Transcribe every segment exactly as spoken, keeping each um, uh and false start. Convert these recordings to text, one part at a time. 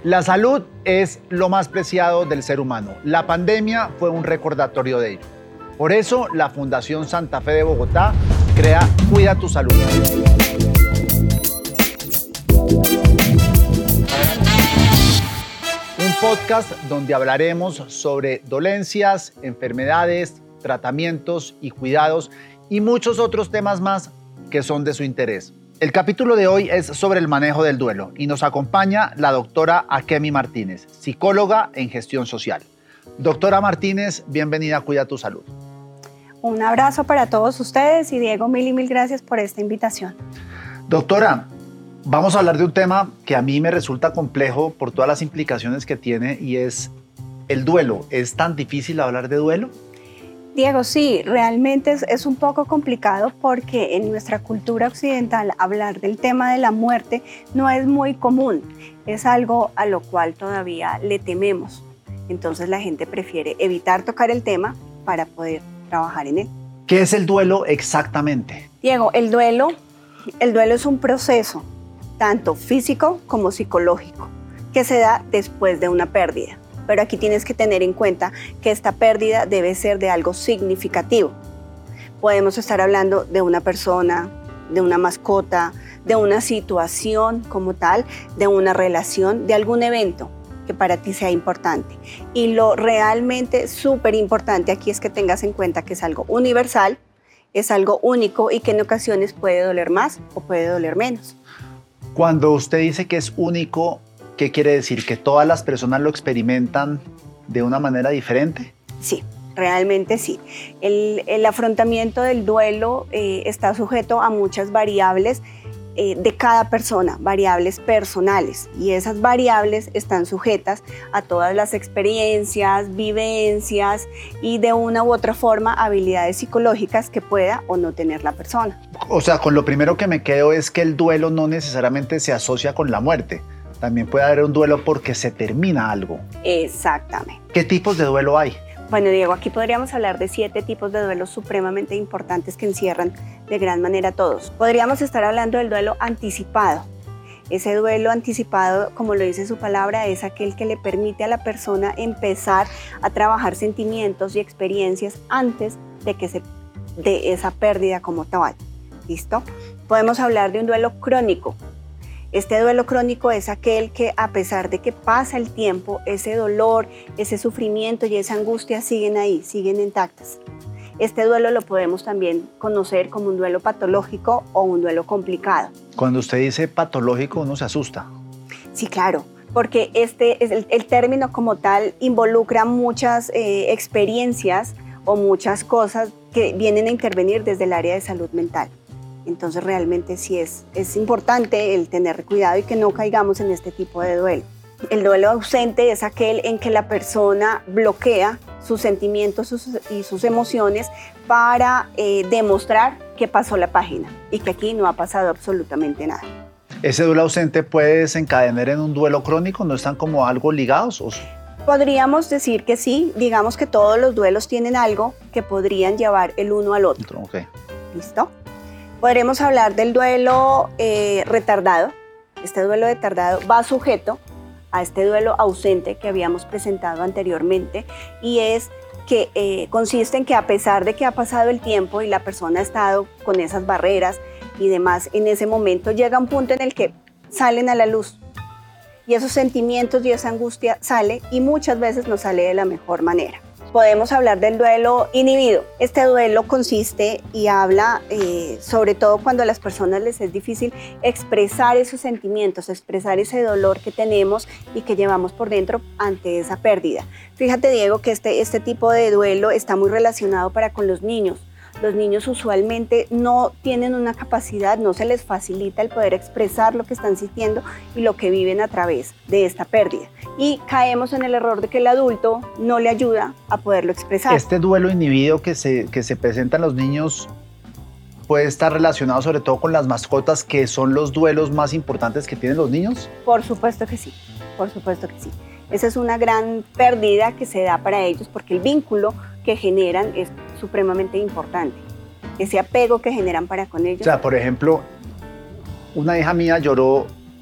La salud es lo más preciado del ser humano. La pandemia fue un recordatorio de ello. Por eso, la Fundación Santa Fe de Bogotá crea Cuida tu Salud. Un podcast donde hablaremos sobre dolencias, enfermedades, tratamientos y cuidados y muchos otros temas más que son de su interés. El capítulo de hoy es sobre el manejo del duelo y nos acompaña la doctora Akemi Martínez, psicóloga en gestión social. Doctora Martínez, bienvenida a Cuida tu Salud. Un abrazo para todos ustedes y Diego, mil y mil gracias por esta invitación. Doctora, vamos a hablar de un tema que a mí me resulta complejo por todas las implicaciones que tiene y es el duelo. ¿Es tan difícil hablar de duelo? Diego, sí, realmente es, es un poco complicado porque en nuestra cultura occidental hablar del tema de la muerte no es muy común, es algo a lo cual todavía le tememos. Entonces la gente prefiere evitar tocar el tema para poder trabajar en él. ¿Qué es el duelo exactamente? Diego, el duelo, el duelo es un proceso tanto físico como psicológico que se da después de una pérdida. Pero aquí tienes que tener en cuenta que esta pérdida debe ser de algo significativo. Podemos estar hablando de una persona, de una mascota, de una situación como tal, de una relación, de algún evento que para ti sea importante. Y lo realmente súper importante aquí es que tengas en cuenta que es algo universal, es algo único y que en ocasiones puede doler más o puede doler menos. Cuando usted dice que es único, ¿qué quiere decir? ¿Que todas las personas lo experimentan de una manera diferente? Sí, realmente sí. El, el afrontamiento del duelo eh, está sujeto a muchas variables eh, de cada persona, variables personales. Y esas variables están sujetas a todas las experiencias, vivencias y de una u otra forma habilidades psicológicas que pueda o no tener la persona. O sea, con lo primero que me quedo es que el duelo no necesariamente se asocia con la muerte. También puede haber un duelo porque se termina algo. Exactamente. ¿Qué tipos de duelo hay? Bueno, Diego, aquí podríamos hablar de siete tipos de duelos supremamente importantes que encierran de gran manera todos. Podríamos estar hablando del duelo anticipado. Ese duelo anticipado, como lo dice su palabra, es aquel que le permite a la persona empezar a trabajar sentimientos y experiencias antes de que se dé esa pérdida como tal. ¿Listo? Podemos hablar de un duelo crónico. Este duelo crónico es aquel que, a pesar de que pasa el tiempo, ese dolor, ese sufrimiento y esa angustia siguen ahí, siguen intactas. Este duelo lo podemos también conocer como un duelo patológico o un duelo complicado. Cuando usted dice patológico, uno se asusta. Sí, claro, porque este, el, el término como tal involucra muchas eh, experiencias o muchas cosas que vienen a intervenir desde el área de salud mental. Entonces realmente sí es, es importante el tener cuidado y que no caigamos en este tipo de duelo. El duelo ausente es aquel en que la persona bloquea sus sentimientos sus, y sus emociones para eh, demostrar que pasó la página y que aquí no ha pasado absolutamente nada. ¿Ese duelo ausente puede desencadenar en un duelo crónico? ¿No están como algo ligados? ¿O... Podríamos decir que sí, digamos que todos los duelos tienen algo que podrían llevar el uno al otro. Okay. ¿Listo? Podremos hablar del duelo eh, retardado. Este duelo retardado va sujeto a este duelo ausente que habíamos presentado anteriormente y es que eh, consiste en que a pesar de que ha pasado el tiempo y la persona ha estado con esas barreras y demás, en ese momento llega un punto en el que salen a la luz y esos sentimientos y esa angustia sale y muchas veces no sale de la mejor manera. Podemos hablar del duelo inhibido. Este duelo consiste y habla eh, sobre todo cuando a las personas les es difícil expresar esos sentimientos, expresar ese dolor que tenemos y que llevamos por dentro ante esa pérdida. Fíjate, Diego, que este, este tipo de duelo está muy relacionado para con los niños. Los niños usualmente no tienen una capacidad, no se les facilita el poder expresar lo que están sintiendo y lo que viven a través de esta pérdida. Y caemos en el error de que el adulto no le ayuda a poderlo expresar. Este duelo inhibido que se, que se presenta en los niños puede estar relacionado sobre todo con las mascotas, que son los duelos más importantes que tienen los niños. Por supuesto que sí, por supuesto que sí. Esa es una gran pérdida que se da para ellos porque el vínculo que generan es supremamente importante. Ese apego que generan para con ellos. O sea, por ejemplo, una hija mía lloró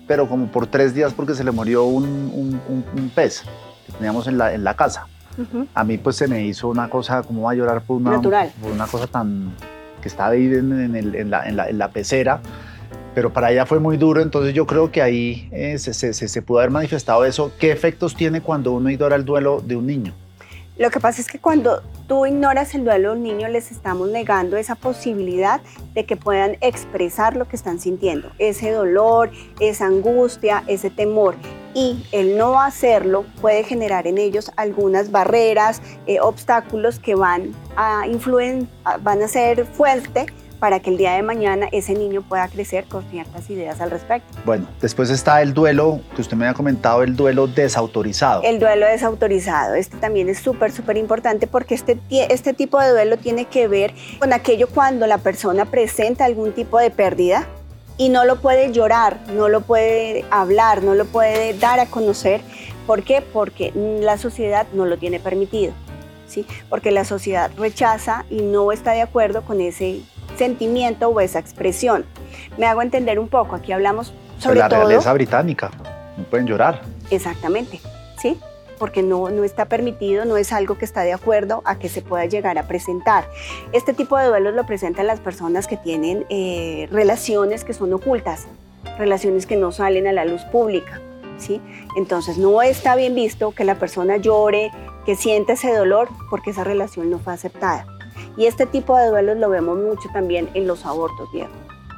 pero como por tres días porque se le murió un, un, un, un pez que teníamos en la, en la casa. Uh-huh. A mí pues se me hizo una cosa, como va a llorar por una, Natural. por una cosa tan que estaba ahí en, en, el, en, la, en, la, en la pecera, pero para ella fue muy duro, entonces yo creo que ahí eh, se, se, se pudo haber manifestado eso. ¿Qué efectos tiene cuando uno ignora el duelo de un niño? Lo que pasa es que cuando tú ignoras el duelo de un niño, les estamos negando esa posibilidad de que puedan expresar lo que están sintiendo, ese dolor, esa angustia, ese temor. Y el no hacerlo puede generar en ellos algunas barreras, eh, obstáculos que van a influir, van a ser fuertes para que el día de mañana ese niño pueda crecer con ciertas ideas al respecto. Bueno, después está el duelo, que usted me había comentado, el duelo desautorizado. El duelo desautorizado, este también es súper, súper importante porque este, este tipo de duelo tiene que ver con aquello cuando la persona presenta algún tipo de pérdida y no lo puede llorar, no lo puede hablar, no lo puede dar a conocer. ¿Por qué? Porque la sociedad no lo tiene permitido, ¿sí? Porque la sociedad rechaza y no está de acuerdo con ese sentimiento o esa expresión. Me hago entender un poco, aquí hablamos sobre la todo... La realeza británica, no pueden llorar. Exactamente, ¿sí? Porque no, no está permitido, no es algo que está de acuerdo a que se pueda llegar a presentar. Este tipo de duelos lo presentan las personas que tienen eh, relaciones que son ocultas, relaciones que no salen a la luz pública, ¿sí? Entonces no está bien visto que la persona llore, que sienta ese dolor porque esa relación no fue aceptada. Y este tipo de duelos lo vemos mucho también en los abortos, Diego.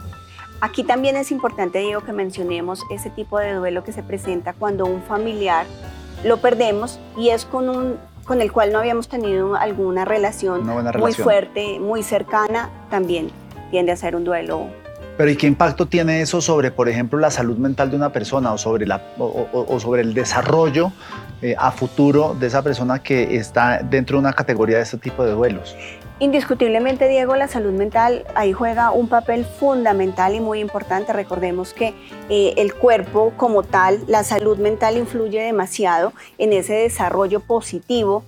Aquí también es importante, Diego, que mencionemos ese tipo de duelo que se presenta cuando un familiar lo perdemos y es con, un, con el cual no habíamos tenido alguna relación, Una buena muy relación. fuerte, muy cercana, también tiende a ser un duelo. Pero ¿y qué impacto tiene eso sobre, por ejemplo, la salud mental de una persona o sobre, la, o, o, o sobre el desarrollo eh, a futuro de esa persona que está dentro de una categoría de este tipo de duelos? Indiscutiblemente, Diego, la salud mental ahí juega un papel fundamental y muy importante. Recordemos que eh, el cuerpo como tal, la salud mental influye demasiado en ese desarrollo positivo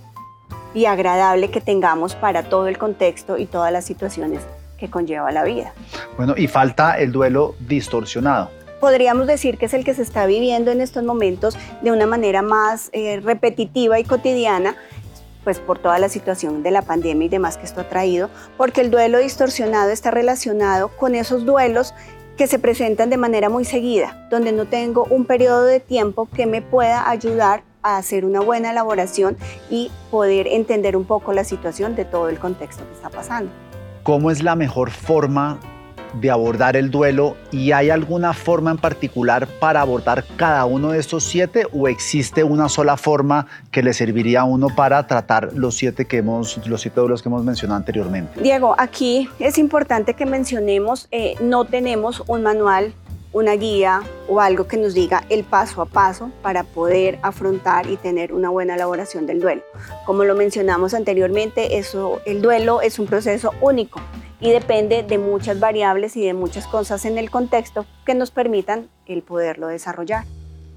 y agradable que tengamos para todo el contexto y todas las situaciones que conlleva la vida. Bueno, y falta el duelo distorsionado. Podríamos decir que es el que se está viviendo en estos momentos de una manera más eh, repetitiva y cotidiana, pues por toda la situación de la pandemia y demás que esto ha traído, porque el duelo distorsionado está relacionado con esos duelos que se presentan de manera muy seguida, donde no tengo un periodo de tiempo que me pueda ayudar a hacer una buena elaboración y poder entender un poco la situación de todo el contexto que está pasando. ¿Cómo es la mejor forma de abordar el duelo y hay alguna forma en particular para abordar cada uno de estos siete o existe una sola forma que le serviría a uno para tratar los siete, que hemos, los siete duelos que hemos mencionado anteriormente? Diego, aquí es importante que mencionemos, eh, no tenemos un manual, una guía o algo que nos diga el paso a paso para poder afrontar y tener una buena elaboración del duelo. Como lo mencionamos anteriormente, eso, el duelo es un proceso único y depende de muchas variables y de muchas cosas en el contexto que nos permitan el poderlo desarrollar.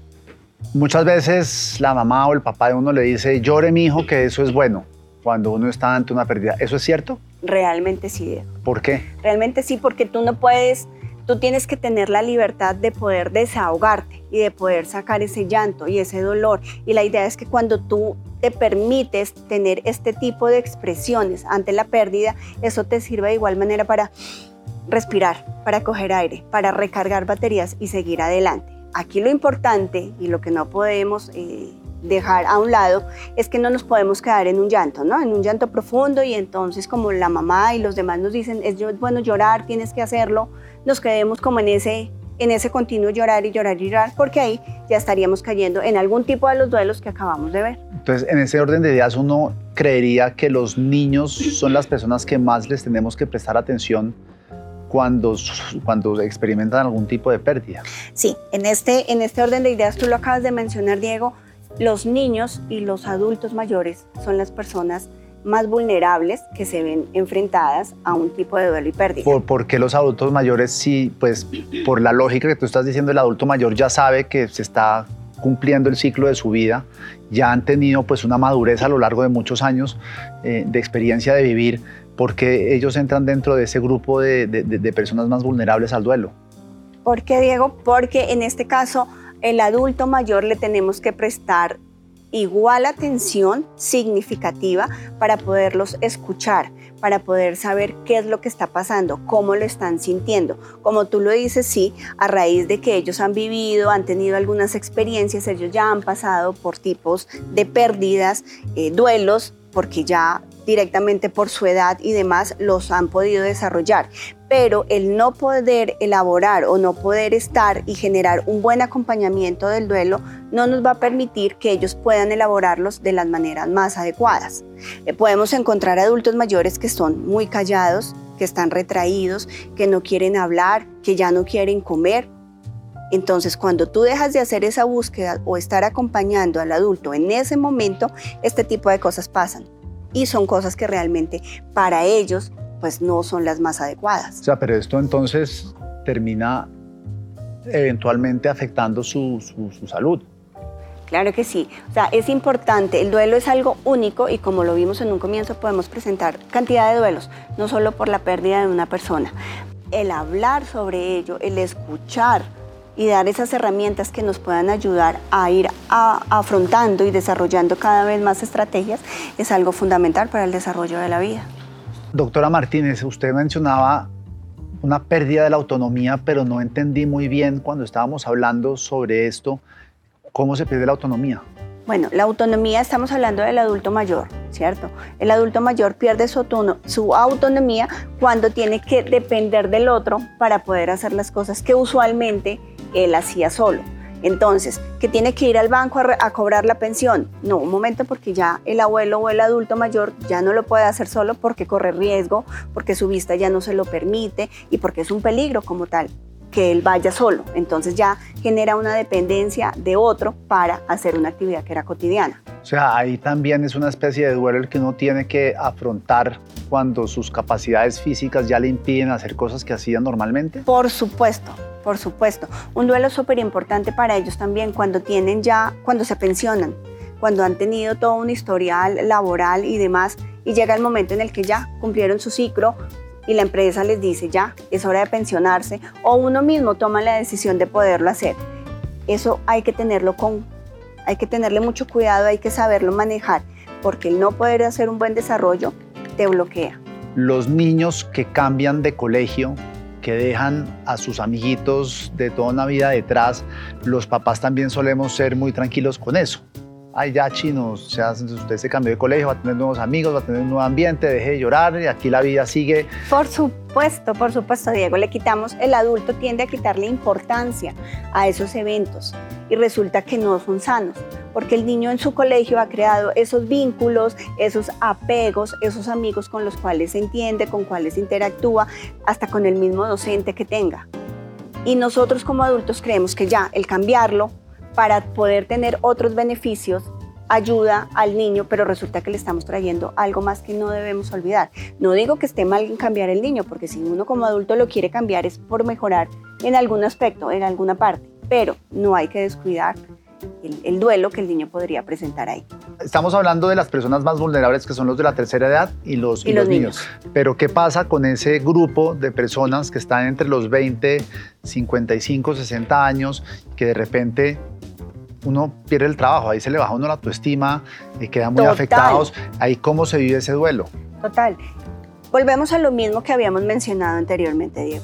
Muchas veces la mamá o el papá de uno le dice, llore mi hijo, que eso es bueno, cuando uno está ante una pérdida. ¿Eso es cierto? Realmente sí, Diego. ¿Por qué? Realmente sí, porque tú no puedes, tú tienes que tener la libertad de poder desahogarte y de poder sacar ese llanto y ese dolor. Y la idea es que cuando tú te permites tener este tipo de expresiones ante la pérdida, eso te sirve de igual manera para respirar, para coger aire, para recargar baterías y seguir adelante. Aquí lo importante y lo que no podemos eh, dejar a un lado es que no nos podemos quedar en un llanto, ¿no? En un llanto profundo y entonces como la mamá y los demás nos dicen es bueno llorar, tienes que hacerlo, nos quedemos como en ese, en ese continuo llorar y llorar y llorar, porque ahí ya estaríamos cayendo en algún tipo de los duelos que acabamos de ver. Entonces, en ese orden de ideas, uno creería que los niños son las personas que más les tenemos que prestar atención cuando, cuando experimentan algún tipo de pérdida. Sí, en este, en este orden de ideas, tú lo acabas de mencionar, Diego, los niños y los adultos mayores son las personas más vulnerables que se ven enfrentadas a un tipo de duelo y pérdida. ¿Por, por qué los adultos mayores sí? Pues por la lógica que tú estás diciendo, el adulto mayor ya sabe que se está cumpliendo el ciclo de su vida, ya han tenido pues una madurez a lo largo de muchos años eh, de experiencia de vivir, porque ellos entran dentro de ese grupo de, de, de personas más vulnerables al duelo. ¿Por qué, Diego? Porque en este caso el adulto mayor le tenemos que prestar igual atención significativa para poderlos escuchar, para poder saber qué es lo que está pasando, cómo lo están sintiendo. Como tú lo dices, sí, a raíz de que ellos han vivido, han tenido algunas experiencias, ellos ya han pasado por tipos de pérdidas, eh, duelos, porque ya directamente por su edad y demás los han podido desarrollar. Pero el no poder elaborar o no poder estar y generar un buen acompañamiento del duelo no nos va a permitir que ellos puedan elaborarlos de las maneras más adecuadas. Eh, podemos encontrar adultos mayores que son muy callados, que están retraídos, que no quieren hablar, que ya no quieren comer. Entonces, cuando tú dejas de hacer esa búsqueda o estar acompañando al adulto en ese momento, este tipo de cosas pasan. Y son cosas que realmente para ellos pues no son las más adecuadas. O sea, pero esto entonces termina eventualmente afectando su, su, su salud. Claro que sí. O sea, es importante. El duelo es algo único y como lo vimos en un comienzo podemos presentar cantidad de duelos, no solo por la pérdida de una persona. El hablar sobre ello, el escuchar y dar esas herramientas que nos puedan ayudar a ir a, afrontando y desarrollando cada vez más estrategias es algo fundamental para el desarrollo de la vida. Doctora Martínez, usted mencionaba una pérdida de la autonomía, pero no entendí muy bien cuando estábamos hablando sobre esto, ¿cómo se pierde la autonomía? Bueno, la autonomía, estamos hablando del adulto mayor, ¿cierto? El adulto mayor pierde su, autono- su autonomía cuando tiene que depender del otro para poder hacer las cosas que usualmente él hacía solo. Entonces, que tiene que ir al banco a, re- a cobrar la pensión. No, un momento, porque ya el abuelo o el adulto mayor ya no lo puede hacer solo porque corre riesgo, porque su vista ya no se lo permite y porque es un peligro como tal que él vaya solo. Entonces ya genera una dependencia de otro para hacer una actividad que era cotidiana. O sea, ahí también es una especie de duelo el que uno tiene que afrontar cuando sus capacidades físicas ya le impiden hacer cosas que hacía normalmente. Por supuesto, por supuesto. Un duelo súper importante para ellos también cuando tienen ya, cuando se pensionan, cuando han tenido todo un historial laboral y demás, y llega el momento en el que ya cumplieron su ciclo y la empresa les dice ya, es hora de pensionarse, o uno mismo toma la decisión de poderlo hacer. Eso hay que tenerlo con, hay que tenerle mucho cuidado, hay que saberlo manejar, porque el no poder hacer un buen desarrollo te bloquea. Los niños que cambian de colegio, que dejan a sus amiguitos de toda una vida detrás, los papás también solemos ser muy tranquilos con eso. Ay, ya chinos, o sea, usted se cambió de colegio, va a tener nuevos amigos, va a tener un nuevo ambiente, deje de llorar y aquí la vida sigue. Por supuesto, por supuesto, Diego, le quitamos, el adulto tiende a quitarle importancia a esos eventos y resulta que no son sanos, porque el niño en su colegio ha creado esos vínculos, esos apegos, esos amigos con los cuales se entiende, con cuales interactúa, hasta con el mismo docente que tenga. Y nosotros como adultos creemos que ya el cambiarlo para poder tener otros beneficios ayuda al niño, pero resulta que le estamos trayendo algo más que no debemos olvidar. No digo que esté mal en cambiar el niño, porque si uno como adulto lo quiere cambiar es por mejorar en algún aspecto, en alguna parte, pero no hay que descuidar el, el duelo que el niño podría presentar ahí. Estamos hablando de las personas más vulnerables, que son los de la tercera edad y los, y y los los niños. niños. Pero ¿qué pasa con ese grupo de personas que están entre los veinte, cincuenta y cinco, sesenta años, que de repente uno pierde el trabajo, ahí se le baja a uno la autoestima, y quedan muy Total. afectados? Ahí, ¿cómo se vive ese duelo? Total. Volvemos a lo mismo que habíamos mencionado anteriormente, Diego.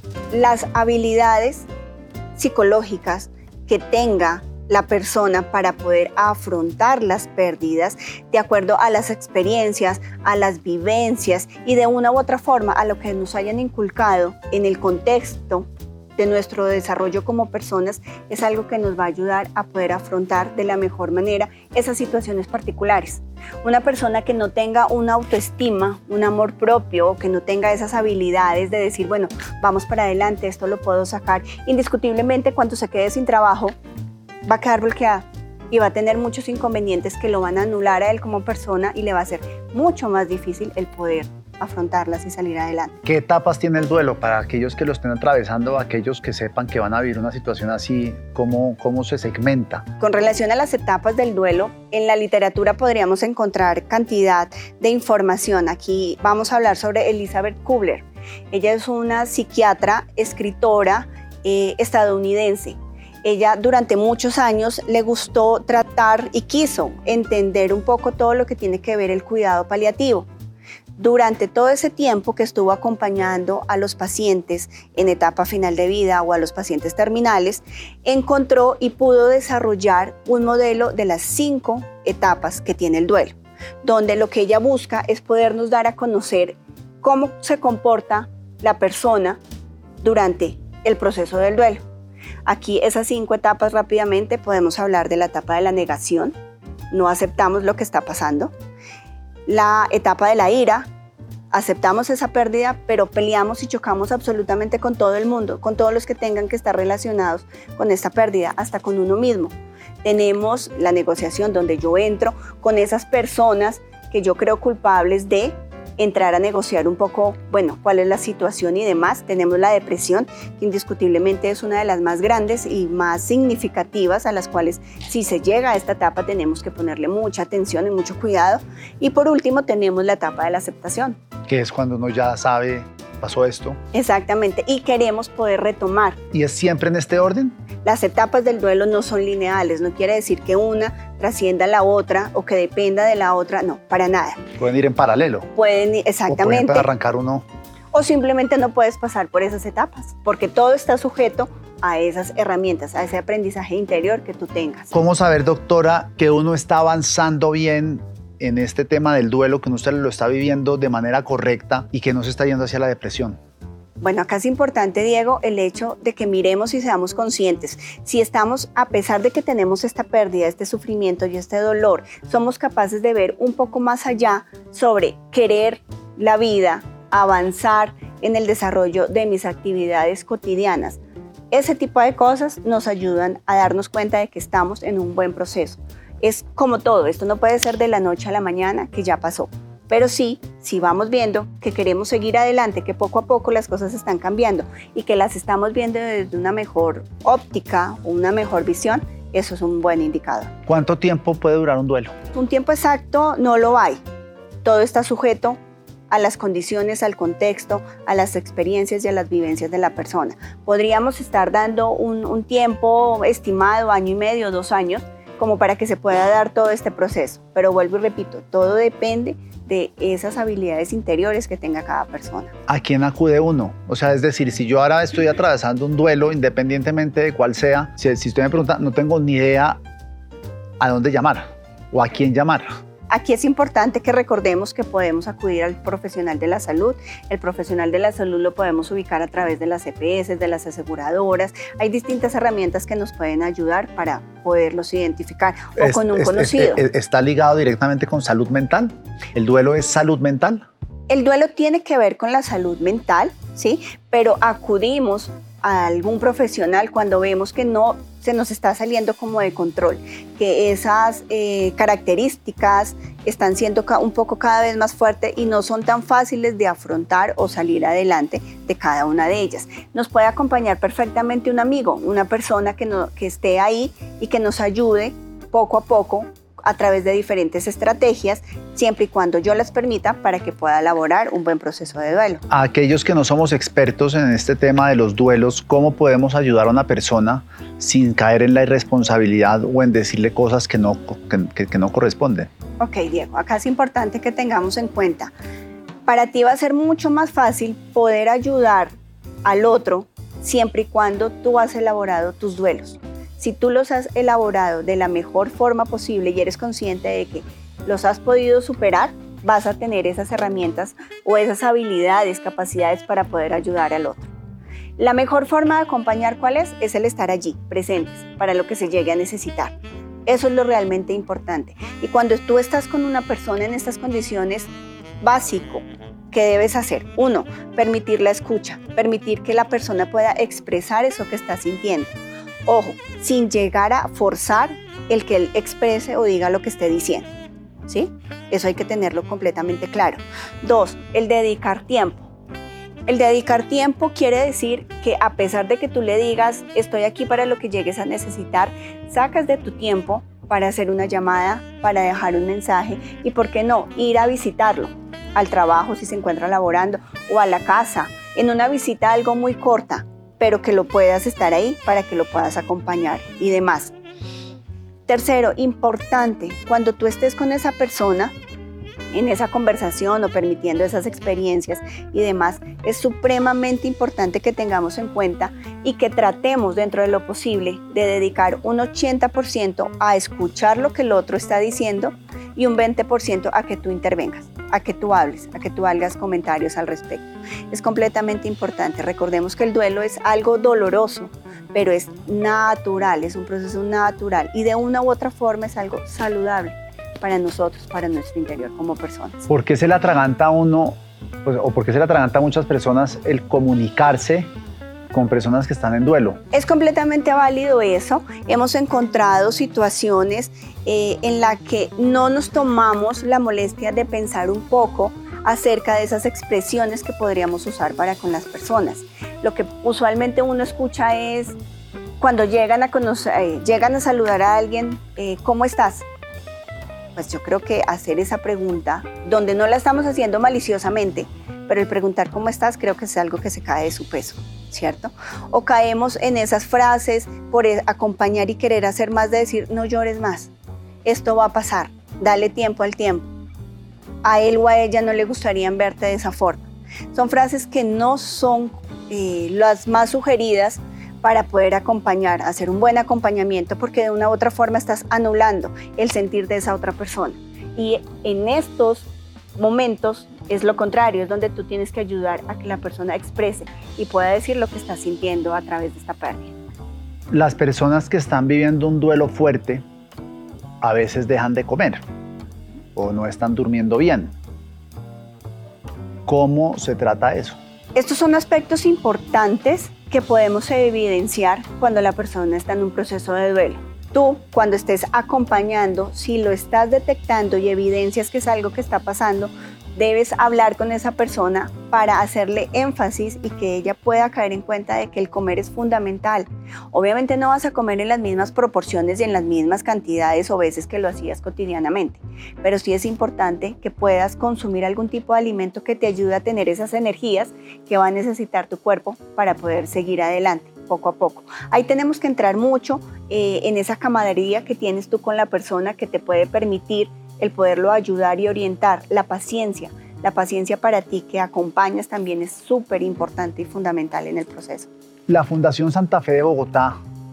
Las habilidades psicológicas que tenga la persona para poder afrontar las pérdidas de acuerdo a las experiencias, a las vivencias y de una u otra forma a lo que nos hayan inculcado en el contexto de nuestro desarrollo como personas, es algo que nos va a ayudar a poder afrontar de la mejor manera esas situaciones particulares. Una persona que no tenga una autoestima, un amor propio, o que no tenga esas habilidades de decir, bueno, vamos para adelante, esto lo puedo sacar, indiscutiblemente cuando se quede sin trabajo, va a quedar bloqueada y va a tener muchos inconvenientes que lo van a anular a él como persona y le va a ser mucho más difícil el poder afrontarlas y salir adelante. ¿Qué etapas tiene el duelo para aquellos que lo estén atravesando, aquellos que sepan que van a vivir una situación así? ¿Cómo, cómo se segmenta? Con relación a las etapas del duelo, en la literatura podríamos encontrar cantidad de información. Aquí vamos a hablar sobre Elizabeth Kubler. Ella es una psiquiatra, escritora, eh, estadounidense. Ella durante muchos años le gustó tratar y quiso entender un poco todo lo que tiene que ver el cuidado paliativo. Durante todo ese tiempo que estuvo acompañando a los pacientes en etapa final de vida o a los pacientes terminales, encontró y pudo desarrollar un modelo de las cinco etapas que tiene el duelo, donde lo que ella busca es podernos dar a conocer cómo se comporta la persona durante el proceso del duelo. Aquí esas cinco etapas rápidamente podemos hablar de la etapa de la negación, no aceptamos lo que está pasando. La etapa de la ira, aceptamos esa pérdida, pero peleamos y chocamos absolutamente con todo el mundo, con todos los que tengan que estar relacionados con esta pérdida, hasta con uno mismo. Tenemos la negociación, donde yo entro con esas personas que yo creo culpables de entrar a negociar un poco, bueno, cuál es la situación y demás. Tenemos la depresión, que indiscutiblemente es una de las más grandes y más significativas, a las cuales si se llega a esta etapa tenemos que ponerle mucha atención y mucho cuidado. Y por último tenemos la etapa de la aceptación. Que es cuando uno ya sabe, pasó esto. Exactamente, y queremos poder retomar. ¿Y es siempre en este orden? Las etapas del duelo no son lineales, no quiere decir que una trascienda a la otra o que dependa de la otra, no, para nada. Pueden ir en paralelo. Pueden, exactamente. O pueden arrancar uno. O simplemente no puedes pasar por esas etapas, porque todo está sujeto a esas herramientas, a ese aprendizaje interior que tú tengas. ¿Cómo saber, doctora, que uno está avanzando bien en este tema del duelo, que usted lo está viviendo de manera correcta y que no se está yendo hacia la depresión? Bueno, acá es importante, Diego, el hecho de que miremos y seamos conscientes. Si estamos, a pesar de que tenemos esta pérdida, este sufrimiento y este dolor, somos capaces de ver un poco más allá sobre querer la vida, avanzar en el desarrollo de mis actividades cotidianas. Ese tipo de cosas nos ayudan a darnos cuenta de que estamos en un buen proceso. Es como todo, esto no puede ser de la noche a la mañana, que ya pasó. Pero sí, si vamos viendo que queremos seguir adelante, que poco a poco las cosas están cambiando y que las estamos viendo desde una mejor óptica o una mejor visión, eso es un buen indicador. ¿Cuánto tiempo puede durar un duelo? Un tiempo exacto no lo hay. Todo está sujeto a las condiciones, al contexto, a las experiencias y a las vivencias de la persona. Podríamos estar dando un, un tiempo estimado, año y medio, dos años, como para que se pueda dar todo este proceso. Pero vuelvo y repito, todo depende de esas habilidades interiores que tenga cada persona. ¿A quién acude uno? O sea, es decir, si yo ahora estoy atravesando un duelo, independientemente de cuál sea, si, si usted me pregunta, no tengo ni idea a dónde llamar o a quién llamar. Aquí es importante que recordemos que podemos acudir al profesional de la salud. El profesional de la salud lo podemos ubicar a través de las E P S, de las aseguradoras. Hay distintas herramientas que nos pueden ayudar para poderlos identificar o es, con un es, conocido. Es, es, ¿Está ligado directamente con salud mental? ¿El duelo es salud mental? El duelo tiene que ver con la salud mental, ¿sí? Pero acudimos a algún profesional cuando vemos que no se nos está saliendo como de control, que esas eh, características están siendo un poco cada vez más fuertes y no son tan fáciles de afrontar o salir adelante de cada una de ellas. Nos puede acompañar perfectamente un amigo, una persona que, no, que esté ahí y que nos ayude poco a poco a través de diferentes estrategias, siempre y cuando yo las permita para que pueda elaborar un buen proceso de duelo. A aquellos que no somos expertos en este tema de los duelos, ¿cómo podemos ayudar a una persona sin caer en la irresponsabilidad o en decirle cosas que no, que, que no corresponden? Ok, Diego, acá es importante que tengamos en cuenta, para ti va a ser mucho más fácil poder ayudar al otro siempre y cuando tú has elaborado tus duelos. Si tú los has elaborado de la mejor forma posible y eres consciente de que los has podido superar, vas a tener esas herramientas o esas habilidades, capacidades para poder ayudar al otro. La mejor forma de acompañar, ¿cuál es? Es el estar allí, presentes, para lo que se llegue a necesitar. Eso es lo realmente importante. Y cuando tú estás con una persona en estas condiciones, básico, ¿qué debes hacer? Uno, permitir la escucha, permitir que la persona pueda expresar eso que está sintiendo. Ojo, sin llegar a forzar el que él exprese o diga lo que esté diciendo, ¿sí? Eso hay que tenerlo completamente claro. Dos, el dedicar tiempo. El dedicar tiempo quiere decir que a pesar de que tú le digas estoy aquí para lo que llegues a necesitar, sacas de tu tiempo para hacer una llamada, para dejar un mensaje y, ¿por qué no?, ir a visitarlo al trabajo si se encuentra laborando o a la casa, en una visita algo muy corta, pero que lo puedas estar ahí para que lo puedas acompañar y demás. Tercero, importante, cuando tú estés con esa persona, en esa conversación o permitiendo esas experiencias y demás, es supremamente importante que tengamos en cuenta y que tratemos dentro de lo posible de dedicar un ochenta por ciento a escuchar lo que el otro está diciendo y un veinte por ciento a que tú intervengas, a que tú hables, a que tú hagas comentarios al respecto. Es completamente importante. Recordemos que el duelo es algo doloroso, pero es natural, es un proceso natural y de una u otra forma es algo saludable para nosotros, para nuestro interior como personas. ¿Por qué se le atraganta a uno, pues, o por qué se le atraganta a muchas personas el comunicarse con personas que están en duelo? Es completamente válido eso. Hemos encontrado situaciones eh, en las que no nos tomamos la molestia de pensar un poco acerca de esas expresiones que podríamos usar para con las personas. Lo que usualmente uno escucha es cuando llegan a, conocer, eh, llegan a saludar a alguien, eh, ¿cómo estás? Pues yo creo que hacer esa pregunta, donde no la estamos haciendo maliciosamente, pero el preguntar cómo estás creo que es algo que se cae de su peso, ¿cierto? O caemos en esas frases por acompañar y querer hacer más, de decir, no llores más, esto va a pasar, dale tiempo al tiempo. A él o a ella no le gustaría verte de esa forma. Son frases que no son eh, las más sugeridas para poder acompañar, hacer un buen acompañamiento, porque de una u otra forma estás anulando el sentir de esa otra persona. Y en estos momentos es lo contrario, es donde tú tienes que ayudar a que la persona exprese y pueda decir lo que está sintiendo a través de esta pérdida. Las personas que están viviendo un duelo fuerte a veces dejan de comer o no están durmiendo bien. ¿Cómo se trata eso? Estos son aspectos importantes que podemos evidenciar cuando la persona está en un proceso de duelo. Tú, cuando estés acompañando, si lo estás detectando y evidencias que es algo que está pasando, debes hablar con esa persona para hacerle énfasis y que ella pueda caer en cuenta de que el comer es fundamental. Obviamente no vas a comer en las mismas proporciones y en las mismas cantidades o veces que lo hacías cotidianamente, pero sí es importante que puedas consumir algún tipo de alimento que te ayude a tener esas energías que va a necesitar tu cuerpo para poder seguir adelante poco a poco. Ahí tenemos que entrar mucho eh, en esa camaradería que tienes tú con la persona, que te puede permitir el poderlo ayudar y orientar. La paciencia, la paciencia para ti que acompañas también es súper importante y fundamental en el proceso. La Fundación Santa Fe de Bogotá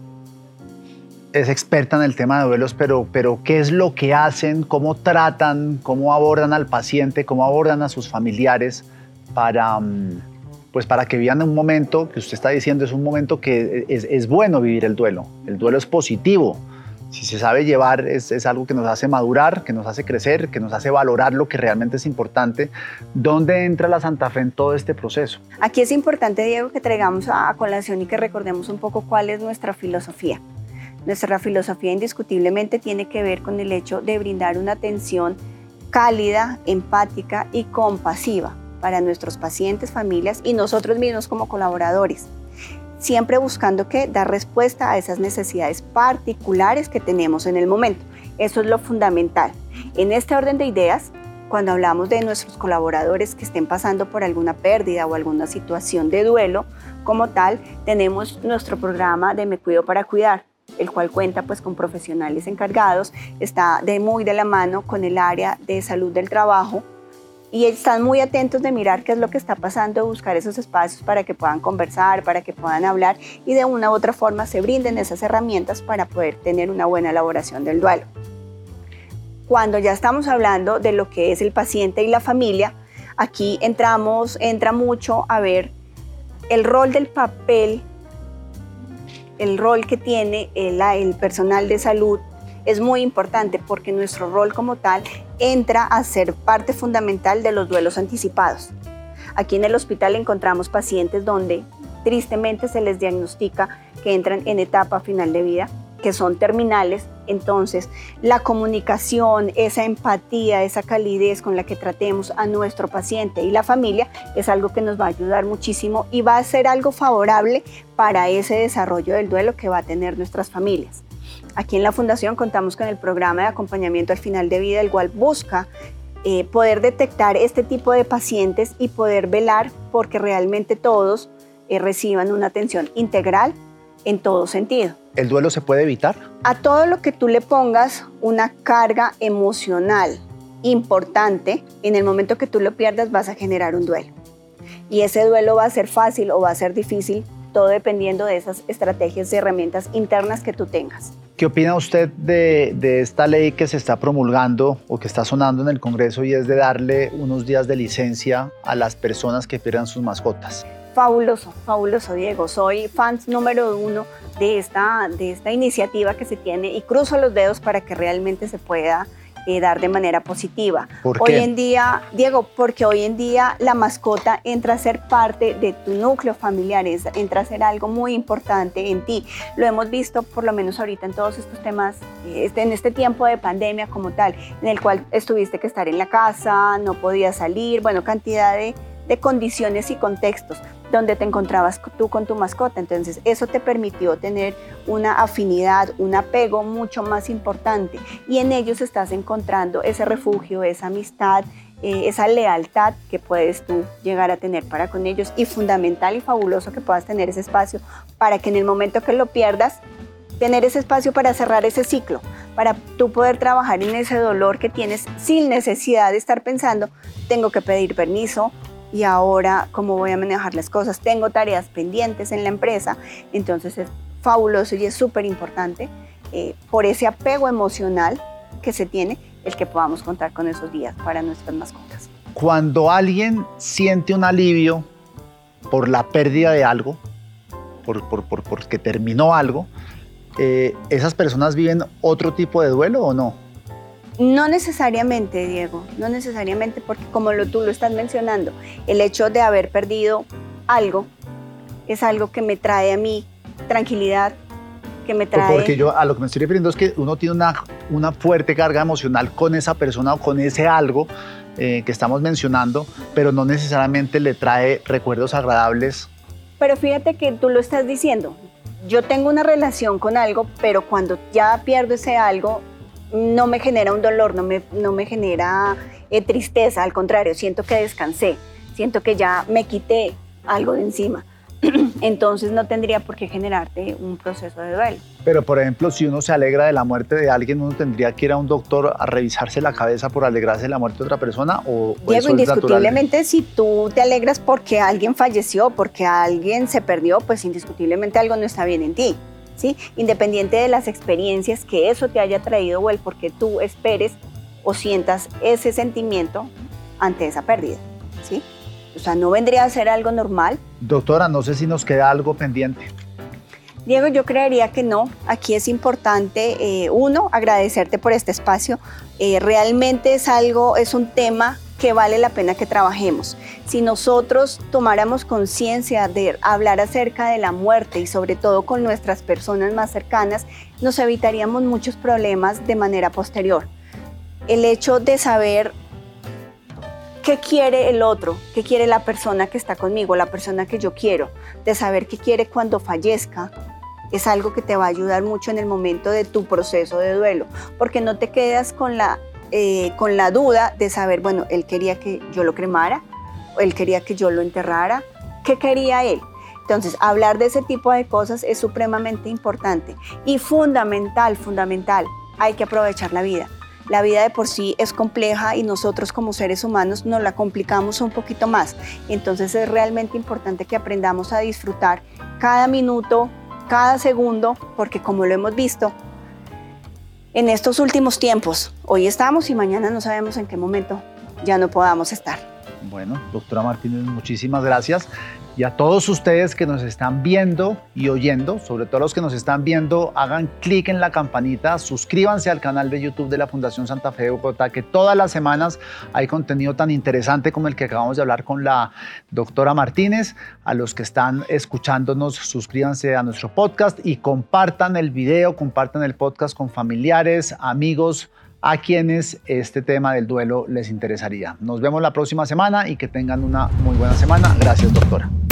es experta en el tema de duelos, pero, pero ¿qué es lo que hacen? ¿Cómo tratan? ¿Cómo abordan al paciente? ¿Cómo abordan a sus familiares para, pues para que vivan un momento que usted está diciendo es un momento que es, es bueno vivir el duelo? El duelo es positivo. Si se sabe llevar, es, es algo que nos hace madurar, que nos hace crecer, que nos hace valorar lo que realmente es importante. ¿Dónde entra la Santa Fe en todo este proceso? Aquí es importante, Diego, que traigamos a colación y que recordemos un poco cuál es nuestra filosofía. Nuestra filosofía indiscutiblemente tiene que ver con el hecho de brindar una atención cálida, empática y compasiva para nuestros pacientes, familias y nosotros mismos como colaboradores. Siempre buscando que dar respuesta a esas necesidades particulares que tenemos en el momento. Eso es lo fundamental. En este orden de ideas, cuando hablamos de nuestros colaboradores que estén pasando por alguna pérdida o alguna situación de duelo, como tal, tenemos nuestro programa de Me Cuido para Cuidar, el cual cuenta pues con profesionales encargados, está de muy de la mano con el área de salud del trabajo, y están muy atentos de mirar qué es lo que está pasando, de buscar esos espacios para que puedan conversar, para que puedan hablar y de una u otra forma se brinden esas herramientas para poder tener una buena elaboración del duelo. Cuando ya estamos hablando de lo que es el paciente y la familia, aquí entramos, entra mucho a ver el rol del papel, el rol que tiene el, el personal de salud. Es muy importante porque nuestro rol como tal entra a ser parte fundamental de los duelos anticipados. Aquí en el hospital encontramos pacientes donde tristemente se les diagnostica que entran en etapa final de vida, que son terminales. Entonces, la comunicación, esa empatía, esa calidez con la que tratemos a nuestro paciente y la familia es algo que nos va a ayudar muchísimo y va a ser algo favorable para ese desarrollo del duelo que va a tener nuestras familias. Aquí en la Fundación contamos con el programa de acompañamiento al final de vida, el cual busca eh, poder detectar este tipo de pacientes y poder velar porque realmente todos eh, reciban una atención integral en todo sentido. ¿El duelo se puede evitar? A todo lo que tú le pongas una carga emocional importante, en el momento que tú lo pierdas vas a generar un duelo. Y ese duelo va a ser fácil o va a ser difícil, todo dependiendo de esas estrategias y herramientas internas que tú tengas. ¿Qué opina usted de, de esta ley que se está promulgando o que está sonando en el Congreso y es de darle unos días de licencia a las personas que pierdan sus mascotas? Fabuloso, fabuloso, Diego. Soy fan número uno de esta, de esta iniciativa que se tiene y cruzo los dedos para que realmente se pueda eh, dar de manera positiva. ¿Por hoy qué? en día, Diego, porque hoy en día la mascota entra a ser parte de tu núcleo familiar, es, entra a ser algo muy importante en ti. Lo hemos visto por lo menos ahorita en todos estos temas, eh, en este tiempo de pandemia como tal, en el cual estuviste que estar en la casa, no podías salir, bueno, cantidad de, de condiciones y contextos donde te encontrabas tú con tu mascota. Entonces eso te permitió tener una afinidad, un apego mucho más importante y en ellos estás encontrando ese refugio, esa amistad, eh, esa lealtad que puedes tú llegar a tener para con ellos y fundamental y fabuloso que puedas tener ese espacio para que en el momento que lo pierdas, tener ese espacio para cerrar ese ciclo, para tú poder trabajar en ese dolor que tienes sin necesidad de estar pensando, tengo que pedir permiso, y ahora cómo voy a manejar las cosas, tengo tareas pendientes en la empresa, entonces es fabuloso y es súper importante eh, por ese apego emocional que se tiene, el que podamos contar con esos días para nuestras mascotas. Cuando alguien siente un alivio por la pérdida de algo, por, por, por, porque terminó algo, eh, ¿esas personas viven otro tipo de duelo o no? No necesariamente, Diego, no necesariamente, porque como lo, tú lo estás mencionando, el hecho de haber perdido algo es algo que me trae a mí tranquilidad, que me trae... Porque yo a lo que me estoy refiriendo es que uno tiene una, una fuerte carga emocional con esa persona o con ese algo eh, que estamos mencionando, pero no necesariamente le trae recuerdos agradables. Pero fíjate que tú lo estás diciendo, yo tengo una relación con algo, pero cuando ya pierdo ese algo, no me genera un dolor, no me, no me genera eh, tristeza, al contrario, siento que descansé, siento que ya me quité algo de encima. Entonces no tendría por qué generarte un proceso de duelo. Pero, por ejemplo, si uno se alegra de la muerte de alguien, ¿uno tendría que ir a un doctor a revisarse la cabeza por alegrarse de la muerte de otra persona? ¿O, o Diego, eso es indiscutiblemente, natural? si tú te alegras porque alguien falleció, porque alguien se perdió, pues indiscutiblemente algo no está bien en ti, ¿sí? Independiente de las experiencias que eso te haya traído o el por qué tú esperes o sientas ese sentimiento ante esa pérdida, ¿sí? O sea, no vendría a ser algo normal. Doctora, no sé si nos queda algo pendiente. Diego, yo creería que no. Aquí es importante, eh, uno, agradecerte por este espacio. Eh, realmente es algo, es un tema que vale la pena que trabajemos. Si nosotros tomáramos conciencia de hablar acerca de la muerte y sobre todo con nuestras personas más cercanas, nos evitaríamos muchos problemas de manera posterior. El hecho de saber qué quiere el otro, qué quiere la persona que está conmigo, la persona que yo quiero, de saber qué quiere cuando fallezca, es algo que te va a ayudar mucho en el momento de tu proceso de duelo, porque no te quedas con la, eh, con la duda de saber, bueno, él quería que yo lo cremara, o él quería que yo lo enterrara, ¿qué quería él? Entonces, hablar de ese tipo de cosas es supremamente importante y fundamental, fundamental, hay que aprovechar la vida. La vida de por sí es compleja y nosotros como seres humanos nos la complicamos un poquito más. Entonces es realmente importante que aprendamos a disfrutar cada minuto, cada segundo, porque como lo hemos visto en estos últimos tiempos, hoy estamos y mañana no sabemos en qué momento ya no podamos estar. Bueno, doctora Martínez, muchísimas gracias. Y a todos ustedes que nos están viendo y oyendo, sobre todo los que nos están viendo, hagan clic en la campanita, suscríbanse al canal de YouTube de la Fundación Santa Fe de Bogotá, que todas las semanas hay contenido tan interesante como el que acabamos de hablar con la doctora Martínez. A los que están escuchándonos, suscríbanse a nuestro podcast y compartan el video, compartan el podcast con familiares, amigos, a quienes este tema del duelo les interesaría. Nos vemos la próxima semana y que tengan una muy buena semana. Gracias, doctora.